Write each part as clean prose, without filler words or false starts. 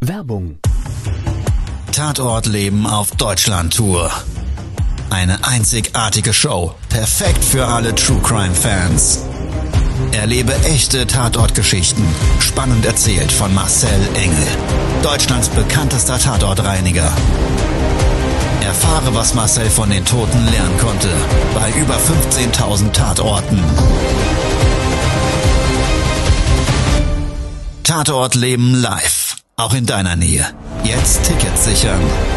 Werbung. Tatortleben auf Deutschland-Tour. Eine einzigartige Show, perfekt für alle True-Crime-Fans. Erlebe echte Tatortgeschichten, spannend erzählt von Marcel Engel, Deutschlands bekanntester Tatortreiniger. Erfahre, was Marcel von den Toten lernen konnte, bei über 15.000 Tatorten. Tatortleben live, auch in deiner Nähe. Jetzt Tickets sichern.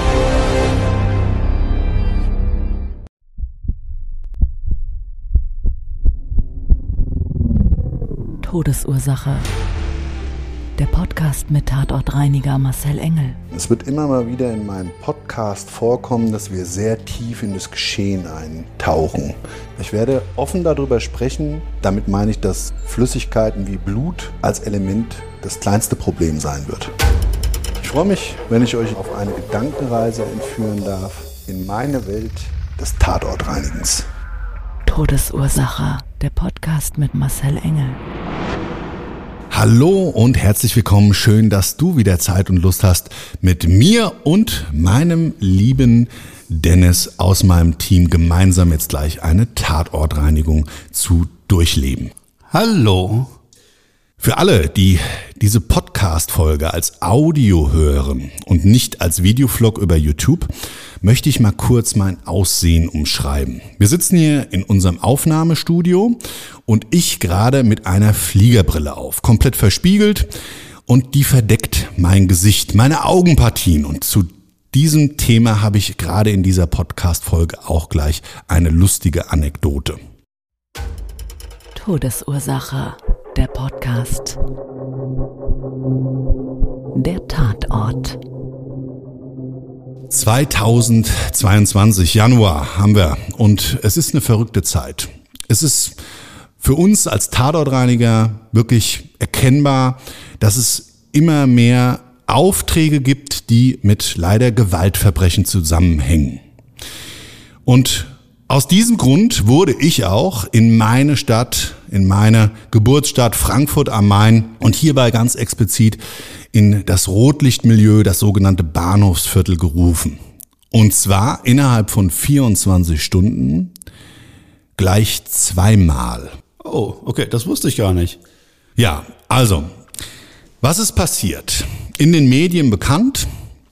Todesursache. Der Podcast mit Tatortreiniger Marcel Engel. Es wird immer mal wieder in meinem Podcast vorkommen, dass wir sehr tief in das Geschehen eintauchen. Ich werde offen darüber sprechen. Damit meine ich, dass Flüssigkeiten wie Blut als Element das kleinste Problem sein wird. Ich freue mich, wenn ich euch auf eine Gedankenreise entführen darf in meine Welt des Tatortreinigens. Todesursache. Der Podcast mit Marcel Engel. Hallo und herzlich willkommen. Schön, dass du wieder Zeit und Lust hast, mit mir und meinem lieben Dennis aus meinem Team gemeinsam jetzt gleich eine Tatortreinigung zu durchleben. Hallo. Für alle, die diese Podcast-Folge als Audio hören und nicht als Videovlog über YouTube, möchte ich mal kurz mein Aussehen umschreiben. Wir sitzen hier in unserem Aufnahmestudio und ich gerade mit einer Fliegerbrille auf, komplett verspiegelt, und die verdeckt mein Gesicht, meine Augenpartien. Und zu diesem Thema habe ich gerade in dieser Podcast-Folge auch gleich eine lustige Anekdote. Todesursache. Der Podcast. Der Tatort. 2022, Januar haben wir, und es ist eine verrückte Zeit. Es ist für uns als Tatortreiniger wirklich erkennbar, dass es immer mehr Aufträge gibt, die mit leider Gewaltverbrechen zusammenhängen. Und aus diesem Grund wurde ich auch in meine Stadt, in meine Geburtsstadt Frankfurt am Main und hierbei ganz explizit in das Rotlichtmilieu, das sogenannte Bahnhofsviertel, gerufen. Und zwar innerhalb von 24 Stunden gleich zweimal. Oh, okay, das wusste ich gar nicht. Ja, also, was ist passiert? In den Medien bekannt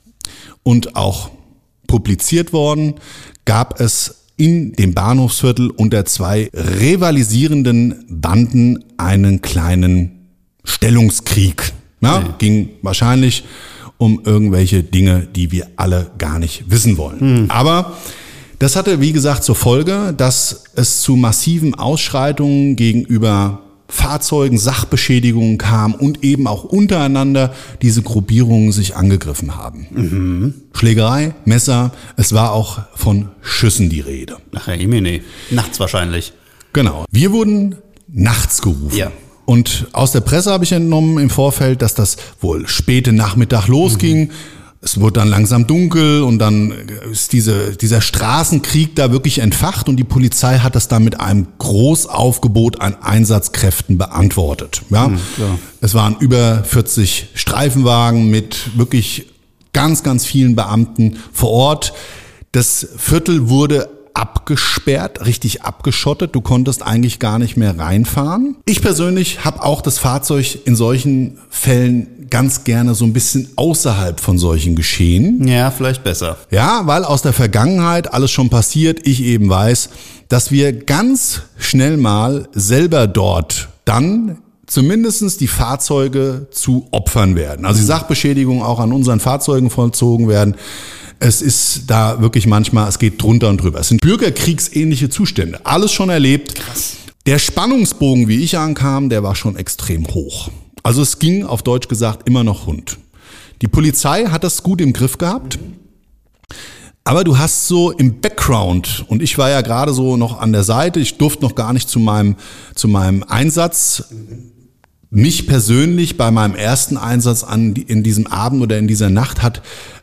und auch publiziert worden, gab es in dem Bahnhofsviertel unter zwei rivalisierenden Banden einen kleinen Stellungskrieg. Ja, ging wahrscheinlich um irgendwelche Dinge, die wir alle gar nicht wissen wollen. Aber das hatte, wie gesagt, zur Folge, dass es zu massiven Ausschreitungen gegenüber Fahrzeugen, Sachbeschädigungen kam und eben auch untereinander diese Gruppierungen sich angegriffen haben. Schlägerei, Messer, es war auch von Schüssen die Rede. Ach ja, nee. Nachts wahrscheinlich. Genau. Wir wurden nachts gerufen. Ja. Und aus der Presse habe ich entnommen im Vorfeld, dass das wohl späte Nachmittag losging. Es wurde dann langsam dunkel und dann ist dieser Straßenkrieg da wirklich entfacht und die Polizei hat das dann mit einem Großaufgebot an Einsatzkräften beantwortet. Ja, klar. Es waren über 40 Streifenwagen mit wirklich ganz, ganz vielen Beamten vor Ort. Das Viertel wurde abgesperrt, richtig abgeschottet. Du konntest eigentlich gar nicht mehr reinfahren. Ich persönlich habe auch das Fahrzeug in solchen Fällen ganz gerne so ein bisschen außerhalb von solchen Geschehen. Ja, vielleicht besser. Ja, weil aus der Vergangenheit alles schon passiert. Ich eben weiß, dass wir ganz schnell mal selber dort dann zumindest die Fahrzeuge zu Opfern werden. Also die Sachbeschädigungen auch an unseren Fahrzeugen vollzogen werden. Es ist da wirklich manchmal, es geht drunter und drüber. Es sind bürgerkriegsähnliche Zustände. Alles schon erlebt. Krass. Der Spannungsbogen, wie ich ankam, der war schon extrem hoch. Also es ging auf Deutsch gesagt immer noch rund. Die Polizei hat das gut im Griff gehabt. Aber du hast so im Background, und ich war ja gerade so noch an der Seite, ich durfte noch gar nicht zu meinem Einsatz. Mich persönlich bei meinem ersten Einsatz in diesem Abend oder in dieser Nacht hat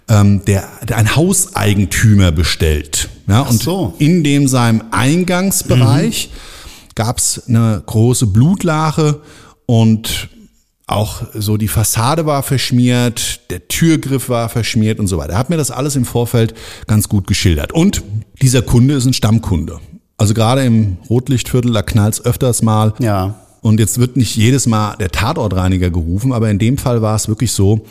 ein Hauseigentümer bestellt. Ja, Ach so. Und in dem seinem Eingangsbereich gab es eine große Blutlache und auch so die Fassade war verschmiert, der Türgriff war verschmiert und so weiter. Er hat mir das alles im Vorfeld ganz gut geschildert. Und dieser Kunde ist ein Stammkunde. Also gerade im Rotlichtviertel, da knallt's öfters mal. Ja. Und jetzt wird nicht jedes Mal der Tatortreiniger gerufen, aber in dem Fall war es wirklich so,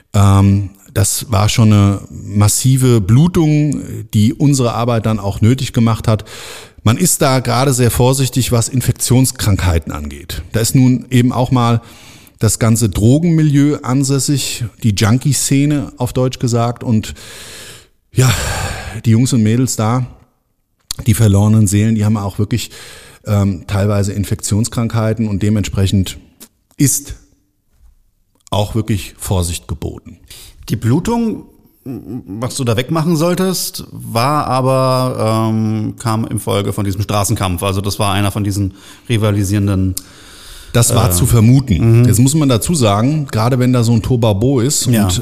das war schon eine massive Blutung, die unsere Arbeit dann auch nötig gemacht hat. Man ist da gerade sehr vorsichtig, was Infektionskrankheiten angeht. Da ist nun eben auch mal das ganze Drogenmilieu ansässig, die Junkie-Szene auf Deutsch gesagt. Und ja, die Jungs und Mädels da, die verlorenen Seelen, die haben auch wirklich teilweise Infektionskrankheiten und dementsprechend ist auch wirklich Vorsicht geboten. Die Blutung, was du da wegmachen solltest, war aber, kam im Folge von diesem Straßenkampf. Also das war einer von diesen rivalisierenden. Das war zu vermuten. Jetzt muss man dazu sagen, gerade wenn da so ein Tobabo ist und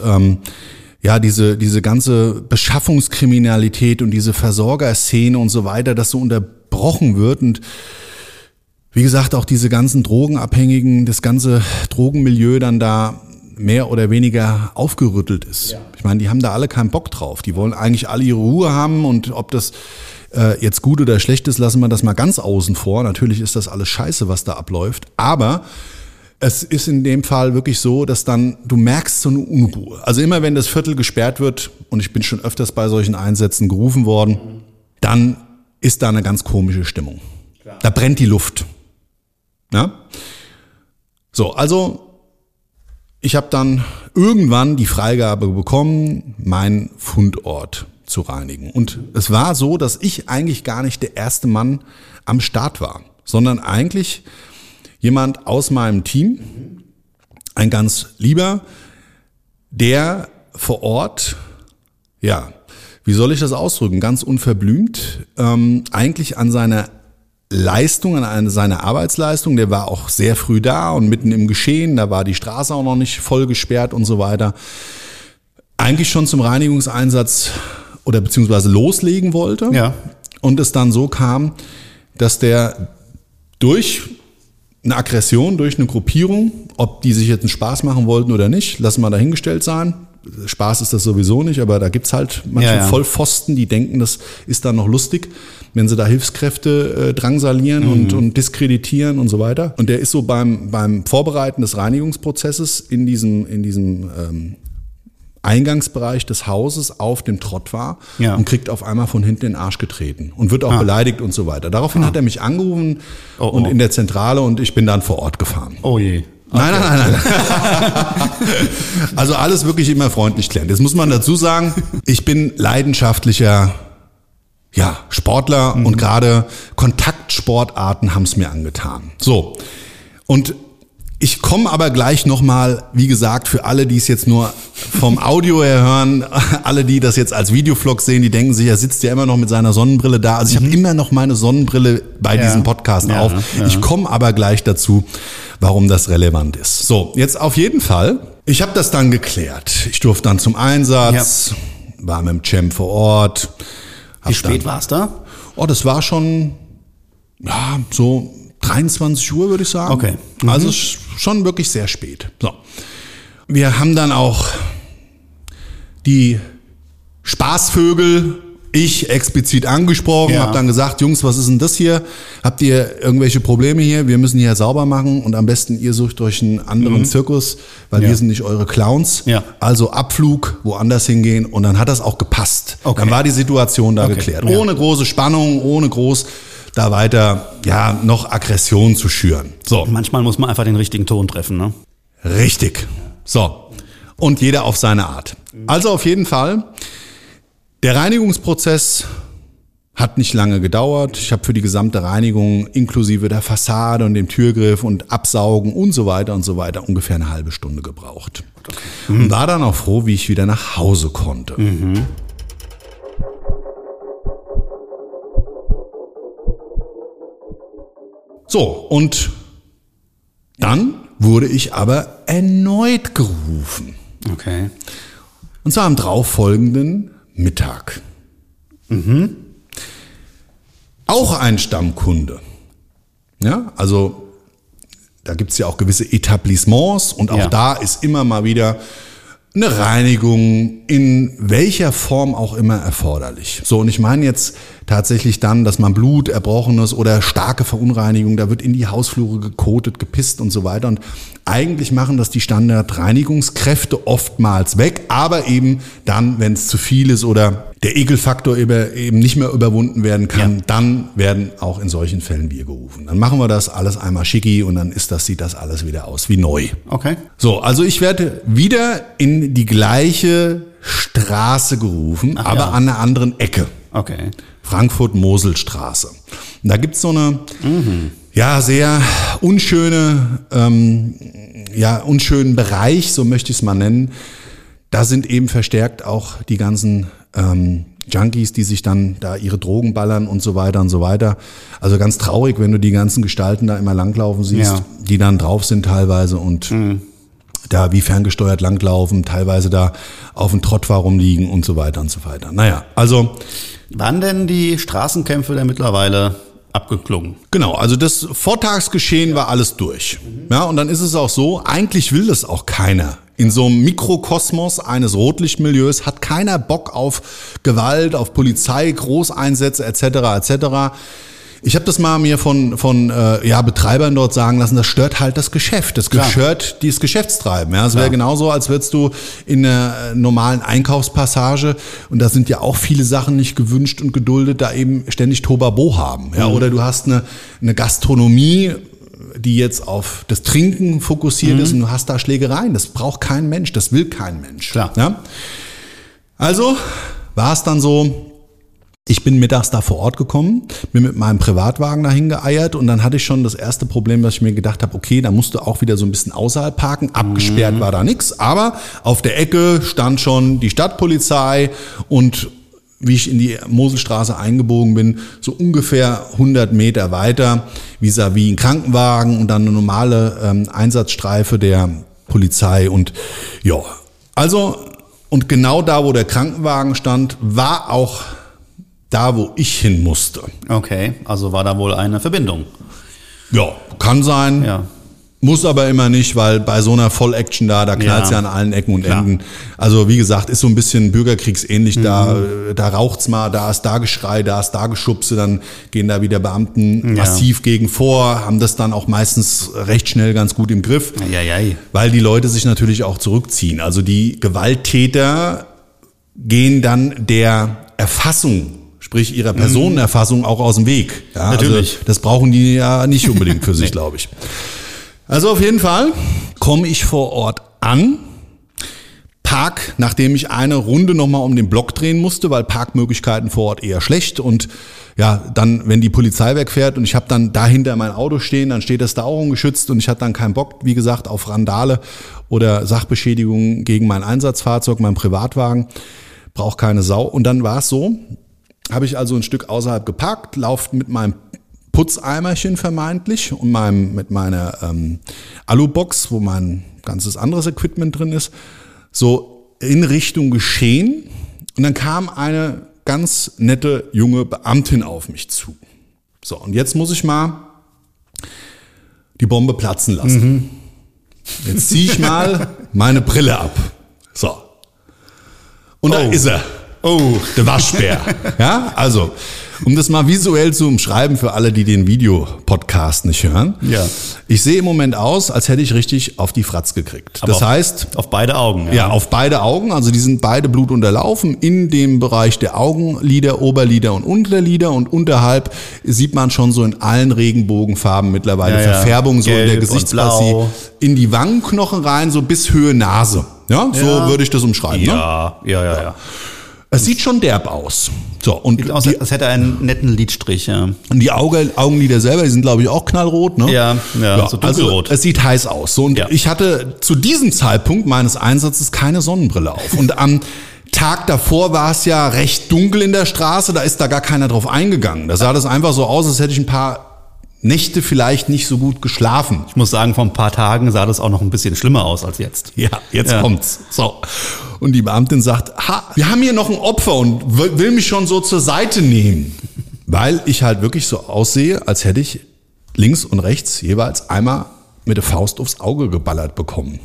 diese ganze Beschaffungskriminalität und diese Versorgerszene und so weiter, das so unterbrochen wird und wie gesagt auch diese ganzen Drogenabhängigen, das ganze Drogenmilieu dann da mehr oder weniger aufgerüttelt ist. Ja. Ich meine, die haben da alle keinen Bock drauf. Die wollen eigentlich alle ihre Ruhe haben und ob das jetzt gut oder schlecht ist, lassen wir das mal ganz außen vor. Natürlich ist das alles scheiße, was da abläuft, aber es ist in dem Fall wirklich so, dass dann, du merkst so eine Unruhe. Also immer wenn das Viertel gesperrt wird, und ich bin schon öfters bei solchen Einsätzen gerufen worden, dann ist da eine ganz komische Stimmung. Klar. Da brennt die Luft. Ja? So, also ich habe dann irgendwann die Freigabe bekommen, meinen Fundort zu reinigen. Und es war so, dass ich eigentlich gar nicht der erste Mann am Start war, sondern eigentlich jemand aus meinem Team, ein ganz lieber, der vor Ort, ja, wie soll ich das ausdrücken, ganz unverblümt, eigentlich an seiner Leistung, an seiner Arbeitsleistung, der war auch sehr früh da und mitten im Geschehen, da war die Straße auch noch nicht voll gesperrt und so weiter, eigentlich schon zum Reinigungseinsatz oder beziehungsweise loslegen wollte. Ja. Und es dann so kam, dass der durch eine Aggression, durch eine Gruppierung, ob die sich jetzt einen Spaß machen wollten oder nicht, lassen wir dahingestellt sein. Spaß ist das sowieso nicht, aber da gibt's halt manche Vollpfosten, die denken, das ist dann noch lustig, wenn sie da Hilfskräfte drangsalieren und diskreditieren und so weiter. Und der ist so beim Vorbereiten des Reinigungsprozesses in diesem Eingangsbereich des Hauses auf dem Trott war und kriegt auf einmal von hinten den Arsch getreten und wird auch beleidigt und so weiter. Daraufhin hat er mich angerufen und in der Zentrale und ich bin dann vor Ort gefahren. Oh je. Okay. Nein. Also alles wirklich immer freundlich klären. Jetzt muss man dazu sagen, ich bin leidenschaftlicher Sportler und gerade Kontaktsportarten haben es mir angetan. So, und ich komme aber gleich nochmal, wie gesagt, für alle, die es jetzt nur vom Audio her hören, alle, die das jetzt als Videovlog sehen, die denken sich, er sitzt ja immer noch mit seiner Sonnenbrille da. Also ich habe immer noch meine Sonnenbrille bei diesem Podcast auf. Ja. Ich komme aber gleich dazu, warum das relevant ist. So, jetzt auf jeden Fall. Ich habe das dann geklärt. Ich durfte dann zum Einsatz, war mit dem Champ vor Ort. Wie spät war es da? Oh, das war schon, so 23 Uhr, würde ich sagen. Okay. Also schon wirklich sehr spät. So. Wir haben dann auch die Spaßvögel, ich explizit angesprochen, habe dann gesagt, Jungs, was ist denn das hier? Habt ihr irgendwelche Probleme hier? Wir müssen hier sauber machen und am besten ihr sucht euch einen anderen Zirkus, weil wir sind nicht eure Clowns. Ja. Also Abflug, woanders hingehen und dann hat das auch gepasst. Okay. Dann war die Situation da geklärt. Ohne große Spannung, ohne groß da weiter noch Aggression zu schüren. So. Manchmal muss man einfach den richtigen Ton treffen, ne? Richtig. So. Und jeder auf seine Art. Also auf jeden Fall, der Reinigungsprozess hat nicht lange gedauert. Ich habe für die gesamte Reinigung inklusive der Fassade und dem Türgriff und Absaugen und so weiter ungefähr eine halbe Stunde gebraucht. Okay. Und war dann auch froh, wie ich wieder nach Hause konnte. So, und dann wurde ich aber erneut gerufen. Okay. Und zwar am darauffolgenden Mittag. Auch ein Stammkunde. Ja, also da gibt's ja auch gewisse Etablissements und auch da ist immer mal wieder eine Reinigung in welcher Form auch immer erforderlich. So, und ich meine jetzt tatsächlich dann, dass man Blut, Erbrochenes oder starke Verunreinigung, da wird in die Hausflure gekotet, gepisst und so weiter. Und eigentlich machen das die Standardreinigungskräfte oftmals weg, aber eben dann, wenn es zu viel ist oder der Ekelfaktor eben nicht mehr überwunden werden kann, dann werden auch in solchen Fällen wir gerufen. Dann machen wir das alles einmal schicki und dann sieht das alles wieder aus wie neu. Okay. So, also ich werde wieder in die gleiche Straße gerufen, aber an einer anderen Ecke. Okay. Frankfurt-Mosel-Straße. Und da gibt's so eine sehr unschönen Bereich, so möchte ich es mal nennen. Da sind eben verstärkt auch die ganzen Junkies, die sich dann da ihre Drogen ballern und so weiter und so weiter. Also ganz traurig, wenn du die ganzen Gestalten da immer langlaufen siehst, die dann drauf sind teilweise und da wie ferngesteuert langlaufen, teilweise da auf dem Trottoir rumliegen und so weiter und so weiter. Naja, also... Waren denn die Straßenkämpfe denn mittlerweile abgeklungen? Genau, also das Vortagsgeschehen war alles durch. Ja, und dann ist es auch so, eigentlich will das auch keiner. In so einem Mikrokosmos eines Rotlichtmilieus hat keiner Bock auf Gewalt, auf Polizei, Großeinsätze etc. etc. Ich habe das mal mir von Betreibern dort sagen lassen, das stört halt das Geschäft. Das stört dieses Geschäftstreiben. Ja, es wäre genauso, als würdest du in einer normalen Einkaufspassage, und da sind ja auch viele Sachen nicht gewünscht und geduldet, da eben ständig Tobabo haben. Ja, oder du hast eine Gastronomie, die jetzt auf das Trinken fokussiert ist und du hast da Schlägereien. Das braucht kein Mensch, das will kein Mensch. Klar. Ja? Also war es dann so, ich bin mittags da vor Ort gekommen, bin mit meinem Privatwagen dahin geeiert und dann hatte ich schon das erste Problem, dass ich mir gedacht habe, okay, da musst du auch wieder so ein bisschen außerhalb parken. Abgesperrt war da nichts, aber auf der Ecke stand schon die Stadtpolizei und wie ich in die Moselstraße eingebogen bin, so ungefähr 100 Meter weiter, vis-à-vis ein Krankenwagen und dann eine normale Einsatzstreife der Polizei und ja, also und genau da, wo der Krankenwagen stand, war auch da, wo ich hin musste. Okay, also war da wohl eine Verbindung. Ja, kann sein. Ja. Muss aber immer nicht, weil bei so einer Voll-Action da knallt's ja an allen Ecken und Enden. Also wie gesagt, ist so ein bisschen bürgerkriegsähnlich, da raucht's mal, da ist da Geschrei, da ist da Geschubse, dann gehen da wieder Beamten massiv gegen vor, haben das dann auch meistens recht schnell ganz gut im Griff, weil die Leute sich natürlich auch zurückziehen. Also die Gewalttäter gehen dann der Erfassung, sprich ihrer Personenerfassung auch aus dem Weg. Ja, natürlich. Also das brauchen die ja nicht unbedingt für sich, glaube ich. Also auf jeden Fall komme ich vor Ort an, park, nachdem ich eine Runde nochmal um den Block drehen musste, weil Parkmöglichkeiten vor Ort eher schlecht und ja, dann, wenn die Polizei wegfährt und ich habe dann dahinter mein Auto stehen, dann steht das da auch ungeschützt und ich hatte dann keinen Bock, wie gesagt, auf Randale oder Sachbeschädigungen gegen mein Einsatzfahrzeug, mein Privatwagen, braucht keine Sau. Und dann war es so, habe ich also ein Stück außerhalb geparkt, laufe mit meinem Putzeimerchen vermeintlich und mit meiner Alubox, wo mein ganzes anderes Equipment drin ist, so in Richtung Geschehen. Und dann kam eine ganz nette junge Beamtin auf mich zu. So, und jetzt muss ich mal die Bombe platzen lassen. Jetzt ziehe ich mal meine Brille ab. So. Und da ist er. Oh, der Waschbär. Ja, also, um das mal visuell zu umschreiben für alle, die den Videopodcast nicht hören. Ja. Ich sehe im Moment aus, als hätte ich richtig auf die Fratz gekriegt. Aber das heißt... Auf beide Augen. Ja, auf beide Augen. Also die sind beide blutunterlaufen in dem Bereich der Augenlider, Oberlider und Unterlider. Und unterhalb sieht man schon so in allen Regenbogenfarben mittlerweile Verfärbung so in der Gesichtspartie. In die Wangenknochen rein, so bis Höhe Nase. Ja, so würde ich das umschreiben. Ja, ne? ja. Es sieht schon derb aus. So, und sieht aus, als hätte er einen netten Lidstrich, ja. Und die Augenlider selber, die sind, glaube ich, auch knallrot, ne? Ja, so dunkelrot. Also, es sieht heiß aus. So, und ich hatte zu diesem Zeitpunkt meines Einsatzes keine Sonnenbrille auf. Und am Tag davor war es ja recht dunkel in der Straße, da ist da gar keiner drauf eingegangen. Da sah das einfach so aus, als hätte ich ein paar Nächte vielleicht nicht so gut geschlafen. Ich muss sagen, vor ein paar Tagen sah das auch noch ein bisschen schlimmer aus als jetzt. Ja, jetzt kommt's. So. Und die Beamtin sagt, wir haben hier noch ein Opfer und will mich schon so zur Seite nehmen. Weil ich halt wirklich so aussehe, als hätte ich links und rechts jeweils einmal mit der Faust aufs Auge geballert bekommen.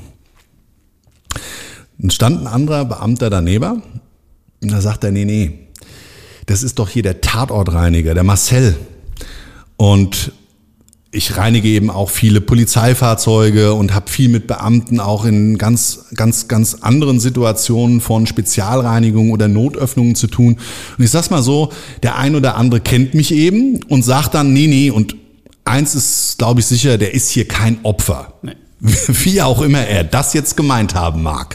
Dann stand ein anderer Beamter daneben und da sagt er, nee, das ist doch hier der Tatortreiniger, der Marcel. Und ich reinige eben auch viele Polizeifahrzeuge und habe viel mit Beamten auch in ganz anderen Situationen von Spezialreinigung oder Notöffnungen zu tun. Und ich sag's mal so, der ein oder andere kennt mich eben und sagt dann, nee, und eins ist, glaube ich, sicher, der ist hier kein Opfer. Nee. Wie auch immer er das jetzt gemeint haben mag.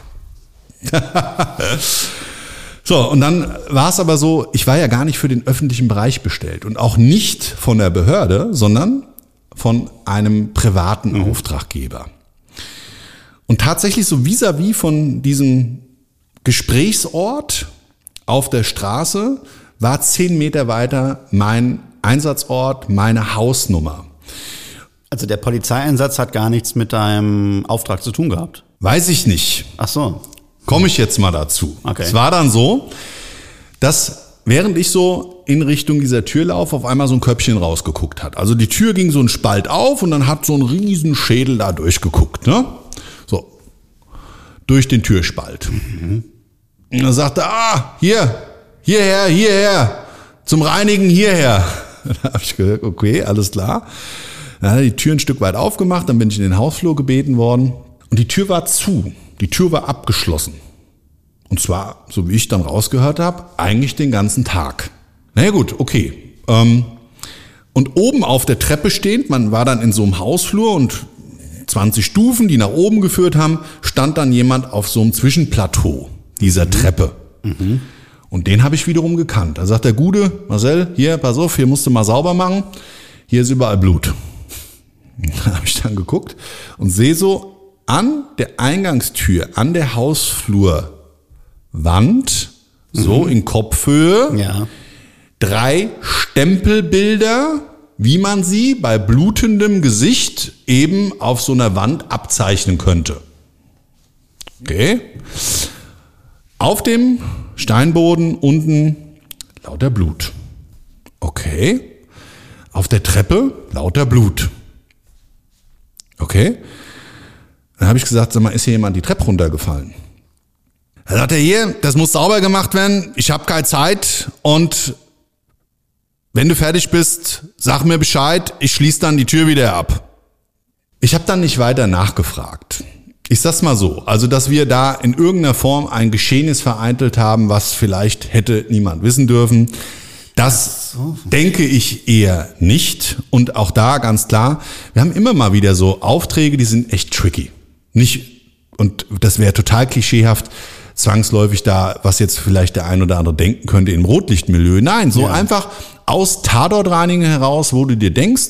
So, und dann war es aber so, ich war ja gar nicht für den öffentlichen Bereich bestellt und auch nicht von der Behörde, sondern von einem privaten Auftraggeber. Und tatsächlich so vis-à-vis von diesem Gesprächsort auf der Straße war 10 Meter weiter mein Einsatzort, meine Hausnummer. Also der Polizeieinsatz hat gar nichts mit deinem Auftrag zu tun gehabt? Weiß ich nicht. Ach so. Komme ich jetzt mal dazu. Okay. Es war dann so, dass während ich so in Richtung dieser Tür laufe, auf einmal so ein Köpfchen rausgeguckt hat. Also die Tür ging so einen Spalt auf und dann hat so ein riesen Schädel da durchgeguckt, ne? So, durch den Türspalt. Und dann sagte er, hierher, zum Reinigen hierher. Da habe ich gesagt, okay, alles klar. Dann hat er die Tür ein Stück weit aufgemacht, dann bin ich in den Hausflur gebeten worden und die Tür war zu, die Tür war abgeschlossen. Und zwar, so wie ich dann rausgehört habe, eigentlich den ganzen Tag. Naja gut, okay. Und oben auf der Treppe stehend, man war dann in so einem Hausflur und 20 Stufen, die nach oben geführt haben, stand dann jemand auf so einem Zwischenplateau dieser Treppe. Und den habe ich wiederum gekannt. Da sagt der Gute, Marcel, hier, pass auf, hier musst du mal sauber machen. Hier ist überall Blut. Da habe ich dann geguckt und sehe so an der Eingangstür, an der Hausflurwand, so in Kopfhöhe, 3 Stempelbilder, wie man sie bei blutendem Gesicht eben auf so einer Wand abzeichnen könnte. Okay. Auf dem Steinboden unten lauter Blut. Okay. Auf der Treppe lauter Blut. Okay. Dann habe ich gesagt, sag mal, ist hier jemand die Treppe runtergefallen? Da sagt er, hier, das muss sauber gemacht werden, ich habe keine Zeit und wenn du fertig bist, sag mir Bescheid, ich schließe dann die Tür wieder ab. Ich habe dann nicht weiter nachgefragt. Ich sag's mal so, also dass wir da in irgendeiner Form ein Geschehnis vereitelt haben, was vielleicht hätte niemand wissen dürfen, das denke ich eher nicht. Und auch da ganz klar, wir haben immer mal wieder so Aufträge, die sind echt tricky. Nicht, und das wäre total klischeehaft, zwangsläufig da, was jetzt vielleicht der ein oder andere denken könnte, im Rotlichtmilieu. Nein, so einfach aus Tatortreinigen heraus, wo du dir denkst,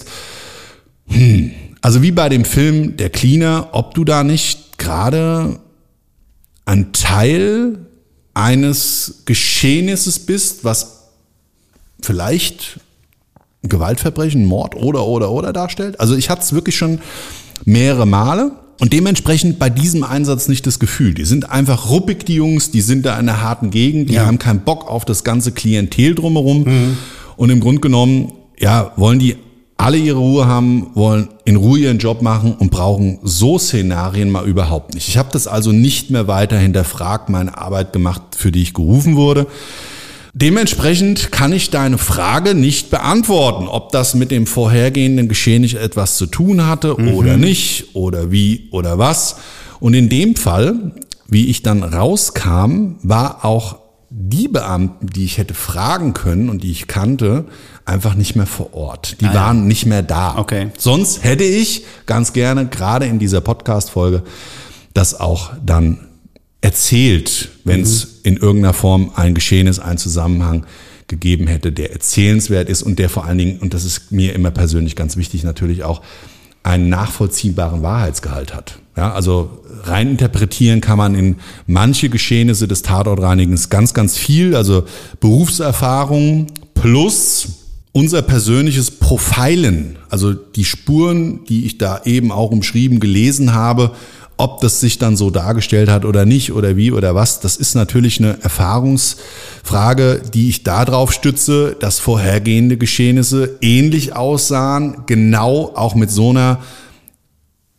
also wie bei dem Film Der Cleaner, ob du da nicht gerade ein Teil eines Geschehnisses bist, was vielleicht ein Gewaltverbrechen, Mord oder darstellt. Also ich hatte es wirklich schon mehrere Male und dementsprechend bei diesem Einsatz nicht das Gefühl. Die sind einfach ruppig, die Jungs, die sind da in einer harten Gegend, die haben keinen Bock auf das ganze Klientel drumherum und im Grunde genommen, wollen die alle ihre Ruhe haben, wollen in Ruhe ihren Job machen und brauchen so Szenarien mal überhaupt nicht. Ich habe das also nicht mehr weiter hinterfragt, meine Arbeit gemacht, für die ich gerufen wurde. Dementsprechend kann ich deine Frage nicht beantworten, ob das mit dem vorhergehenden Geschehen nicht etwas zu tun hatte oder nicht oder wie oder was. Und in dem Fall, wie ich dann rauskam, war auch die Beamten, die ich hätte fragen können und die ich kannte, einfach nicht mehr vor Ort. Die waren nicht mehr da. Okay. Sonst hätte ich ganz gerne, gerade in dieser Podcast-Folge, das auch dann erzählt, wenn es in irgendeiner Form ein Geschehnis, einen Zusammenhang gegeben hätte, der erzählenswert ist und der vor allen Dingen, und das ist mir immer persönlich ganz wichtig, natürlich auch einen nachvollziehbaren Wahrheitsgehalt hat. Ja, also rein interpretieren kann man in manche Geschehnisse des Tatortreinigens ganz, ganz viel, also Berufserfahrung plus unser persönliches Profilen, also die Spuren, die ich da eben auch umschrieben gelesen habe, ob das sich dann so dargestellt hat oder nicht oder wie oder was, das ist natürlich eine Erfahrungsfrage, die ich darauf stütze, dass vorhergehende Geschehnisse ähnlich aussahen, genau auch mit so einer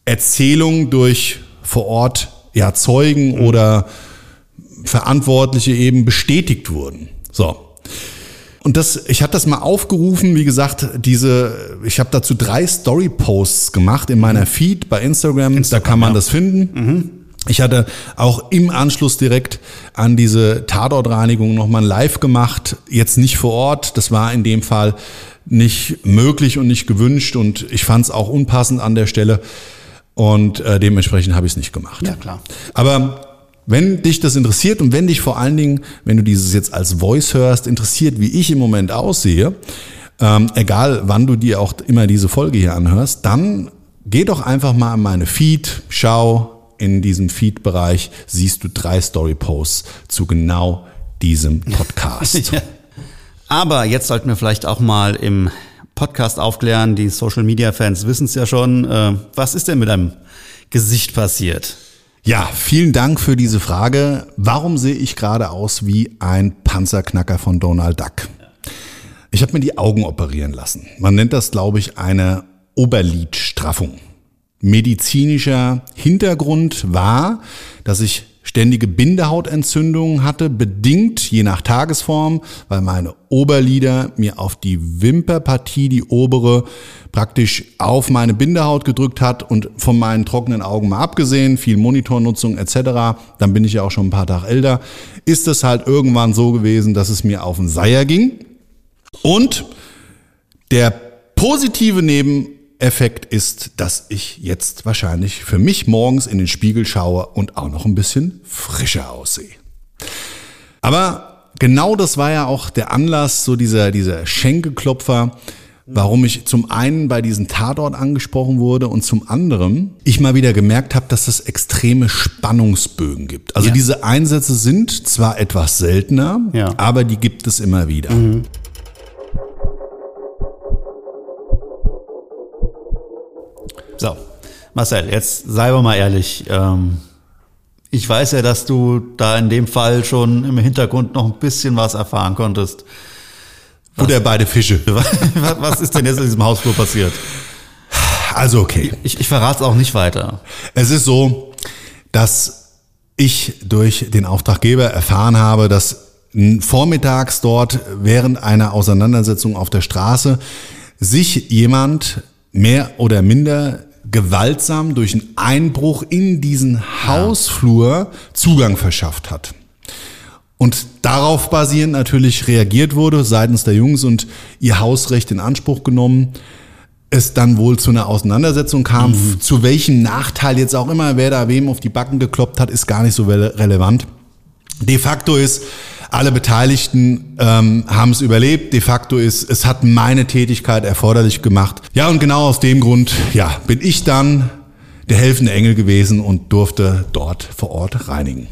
Erzählung durch vor Ort Zeugen oder Verantwortliche eben bestätigt wurden. So. Und ich habe das mal aufgerufen, wie gesagt, ich habe dazu 3 Story-Posts gemacht in meiner Feed bei Instagram, da kann man das finden. Ich hatte auch im Anschluss direkt an diese Tatortreinigung nochmal ein Live gemacht, jetzt nicht vor Ort, das war in dem Fall nicht möglich und nicht gewünscht und ich fand es auch unpassend an der Stelle und dementsprechend habe ich es nicht gemacht. Ja, klar. Aber wenn dich das interessiert und wenn dich vor allen Dingen, wenn du dieses jetzt als Voice hörst, interessiert, wie ich im Moment aussehe, egal wann du dir auch immer diese Folge hier anhörst, dann geh doch einfach mal in meine Feed, schau. In diesem Feed-Bereich siehst du 3 Story-Posts zu genau diesem Podcast. Ja. Aber jetzt sollten wir vielleicht auch mal im Podcast aufklären, die Social-Media-Fans wissen es ja schon. Was ist denn mit deinem Gesicht passiert? Ja, vielen Dank für diese Frage. Warum sehe ich gerade aus wie ein Panzerknacker von Donald Duck? Ich habe mir die Augen operieren lassen. Man nennt das, glaube ich, eine Oberlidstraffung. Medizinischer Hintergrund war, dass ich ständige Bindehautentzündungen hatte, bedingt je nach Tagesform, weil meine Oberlider mir auf die Wimperpartie, die obere, praktisch auf meine Bindehaut gedrückt hat und von meinen trockenen Augen mal abgesehen, viel Monitornutzung etc., dann bin ich ja auch schon ein paar Tage älter, ist es halt irgendwann so gewesen, dass es mir auf den Seier ging. Und der positive Nebeneffekt ist, dass ich jetzt wahrscheinlich für mich morgens in den Spiegel schaue und auch noch ein bisschen frischer aussehe. Aber genau das war ja auch der Anlass, so dieser Schenkelklopfer, warum ich zum einen bei diesem Tatort angesprochen wurde und zum anderen ich mal wieder gemerkt habe, dass es extreme Spannungsbögen gibt. Also diese Einsätze sind zwar etwas seltener, aber die gibt es immer wieder. Mhm. So, Marcel, jetzt sei mal ehrlich. Ich weiß ja, dass du da in dem Fall schon im Hintergrund noch ein bisschen was erfahren konntest. Oder beide Fische. Was ist denn jetzt in diesem Hausflur passiert? Also okay. Ich verrate es auch nicht weiter. Es ist so, dass ich durch den Auftraggeber erfahren habe, dass vormittags dort während einer Auseinandersetzung auf der Straße sich jemand mehr oder minder gewaltsam durch einen Einbruch in diesen Hausflur Zugang verschafft hat. Und darauf basierend natürlich reagiert wurde seitens der Jungs und ihr Hausrecht in Anspruch genommen. Es dann wohl zu einer Auseinandersetzung kam. Zu welchem Nachteil jetzt auch immer, wer da wem auf die Backen gekloppt hat, ist gar nicht so relevant. De facto ist, alle Beteiligten haben es überlebt. De facto ist, es hat meine Tätigkeit erforderlich gemacht. Ja, und genau aus dem Grund, bin ich dann der helfende Engel gewesen und durfte dort vor Ort reinigen.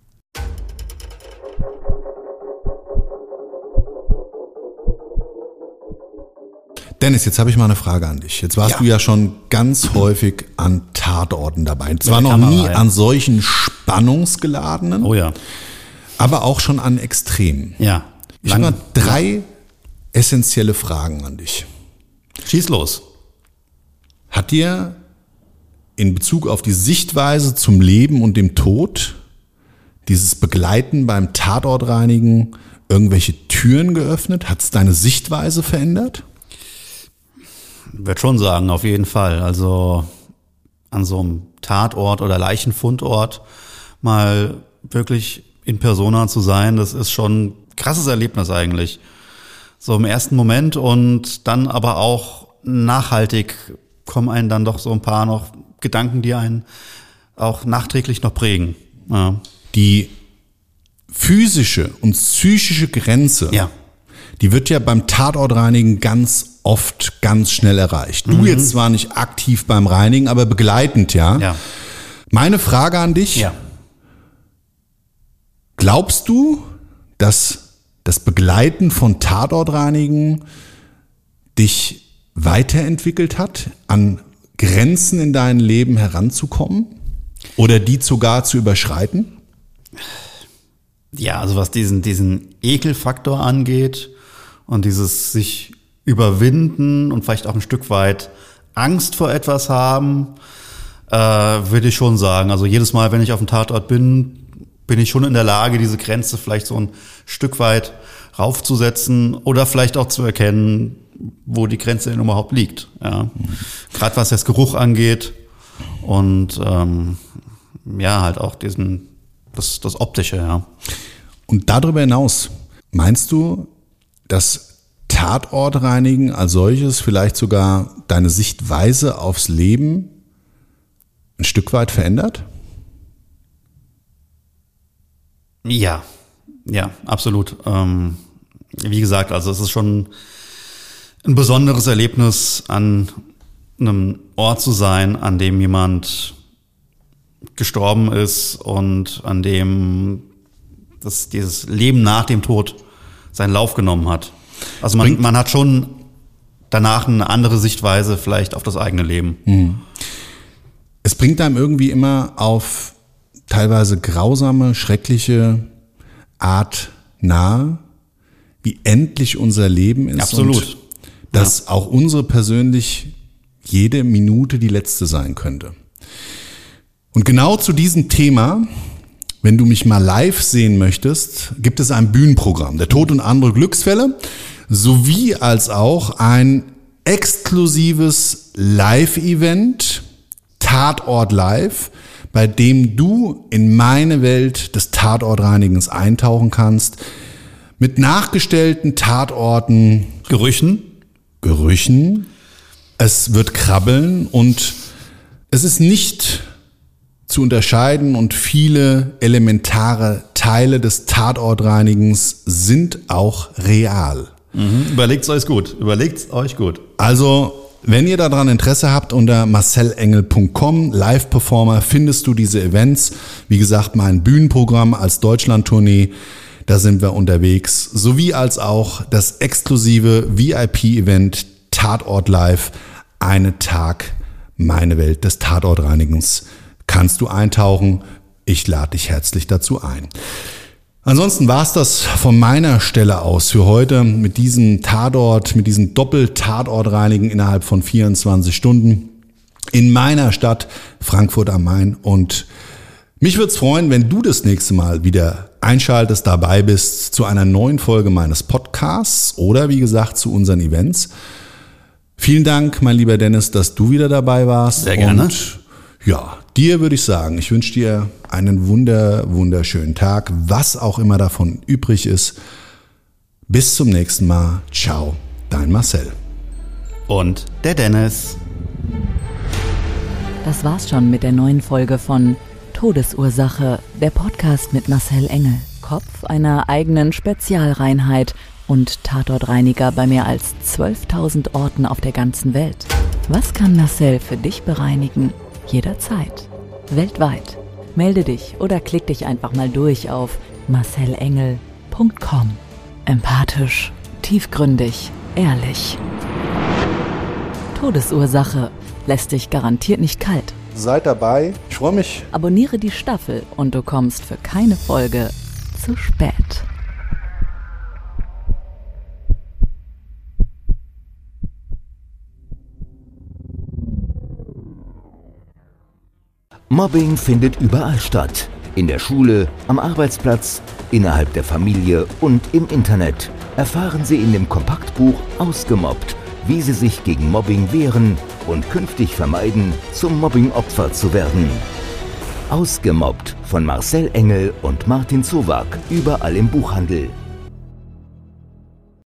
Dennis, jetzt habe ich mal eine Frage an dich. Jetzt warst du ja schon ganz häufig an Tatorten dabei. Zwar noch nie an solchen spannungsgeladenen. Oh ja. Aber auch schon an Extremen. Ja. Ich habe mal 3 essentielle Fragen an dich. Schieß los. Hat dir in Bezug auf die Sichtweise zum Leben und dem Tod dieses Begleiten beim Tatortreinigen irgendwelche Türen geöffnet? Hat es deine Sichtweise verändert? Ich würde schon sagen, auf jeden Fall. Also an so einem Tatort oder Leichenfundort mal wirklich in Persona zu sein, das ist schon ein krasses Erlebnis eigentlich. So im ersten Moment und dann aber auch nachhaltig kommen einen dann doch so ein paar noch Gedanken, die einen auch nachträglich noch prägen. Ja. Die physische und psychische Grenze, die wird ja beim Tatortreinigen ganz oft ganz schnell erreicht. Du jetzt zwar nicht aktiv beim Reinigen, aber begleitend, ja. Meine Frage an dich, glaubst du, dass das Begleiten von Tatortreinigen dich weiterentwickelt hat, an Grenzen in deinem Leben heranzukommen oder die sogar zu überschreiten? Ja, also was diesen Ekelfaktor angeht und dieses sich überwinden und vielleicht auch ein Stück weit Angst vor etwas haben, würde ich schon sagen. Also jedes Mal, wenn ich auf dem Tatort bin ich schon in der Lage, diese Grenze vielleicht so ein Stück weit raufzusetzen oder vielleicht auch zu erkennen, wo die Grenze denn überhaupt liegt. Ja. Gerade was das Geruch angeht und halt auch das Optische. Ja. Und darüber hinaus, meinst du, dass Tatortreinigen als solches vielleicht sogar deine Sichtweise aufs Leben ein Stück weit verändert? Ja, absolut. Wie gesagt, also es ist schon ein besonderes Erlebnis, an einem Ort zu sein, an dem jemand gestorben ist und an dem dieses Leben nach dem Tod seinen Lauf genommen hat. Also man hat schon danach eine andere Sichtweise vielleicht auf das eigene Leben. Es bringt einem irgendwie immer auf teilweise grausame, schreckliche Art nahe, wie endlich unser Leben ist. Absolut. Und dass auch unsere persönlich jede Minute die letzte sein könnte. Und genau zu diesem Thema, wenn du mich mal live sehen möchtest, gibt es ein Bühnenprogramm, der Tod und andere Glücksfälle, sowie als auch ein exklusives Live-Event, Tatort Live, bei dem du in meine Welt des Tatortreinigens eintauchen kannst, mit nachgestellten Tatorten, Gerüchen. Es wird krabbeln und es ist nicht zu unterscheiden und viele elementare Teile des Tatortreinigens sind auch real. Überlegt's euch gut. Also, wenn ihr daran Interesse habt, unter marcelengel.com, Live-Performer, findest du diese Events. Wie gesagt, mein Bühnenprogramm als Deutschland-Tournee, da sind wir unterwegs. Sowie als auch das exklusive VIP-Event Tatort Live, einen Tag meine Welt des Tatortreinigens. Kannst du eintauchen. Ich lade dich herzlich dazu ein. Ansonsten war es das von meiner Stelle aus für heute mit diesem Tatort, mit diesem Doppel-Tatortreinigen innerhalb von 24 Stunden in meiner Stadt Frankfurt am Main. Und mich würde es freuen, wenn du das nächste Mal wieder einschaltest, dabei bist zu einer neuen Folge meines Podcasts oder wie gesagt zu unseren Events. Vielen Dank, mein lieber Dennis, dass du wieder dabei warst. Sehr gerne. Und ja, dir würde ich sagen, ich wünsche dir einen wunderschönen Tag, was auch immer davon übrig ist. Bis zum nächsten Mal. Ciao, dein Marcel. Und der Dennis. Das war's schon mit der neuen Folge von Todesursache, der Podcast mit Marcel Engel, Kopf einer eigenen Spezialreinheit und Tatortreiniger bei mehr als 12.000 Orten auf der ganzen Welt. Was kann Marcel für dich bereinigen? Jederzeit. Weltweit. Melde dich oder klick dich einfach mal durch auf marcelengel.com. Empathisch, tiefgründig, ehrlich. Todesursache lässt dich garantiert nicht kalt. Seid dabei. Ich freue mich. Abonniere die Staffel und du kommst für keine Folge zu spät. Mobbing findet überall statt. In der Schule, am Arbeitsplatz, innerhalb der Familie und im Internet. Erfahren Sie in dem Kompaktbuch Ausgemobbt, wie Sie sich gegen Mobbing wehren und künftig vermeiden, zum Mobbing-Opfer zu werden. Ausgemobbt von Marcel Engel und Martin Zowak, überall im Buchhandel.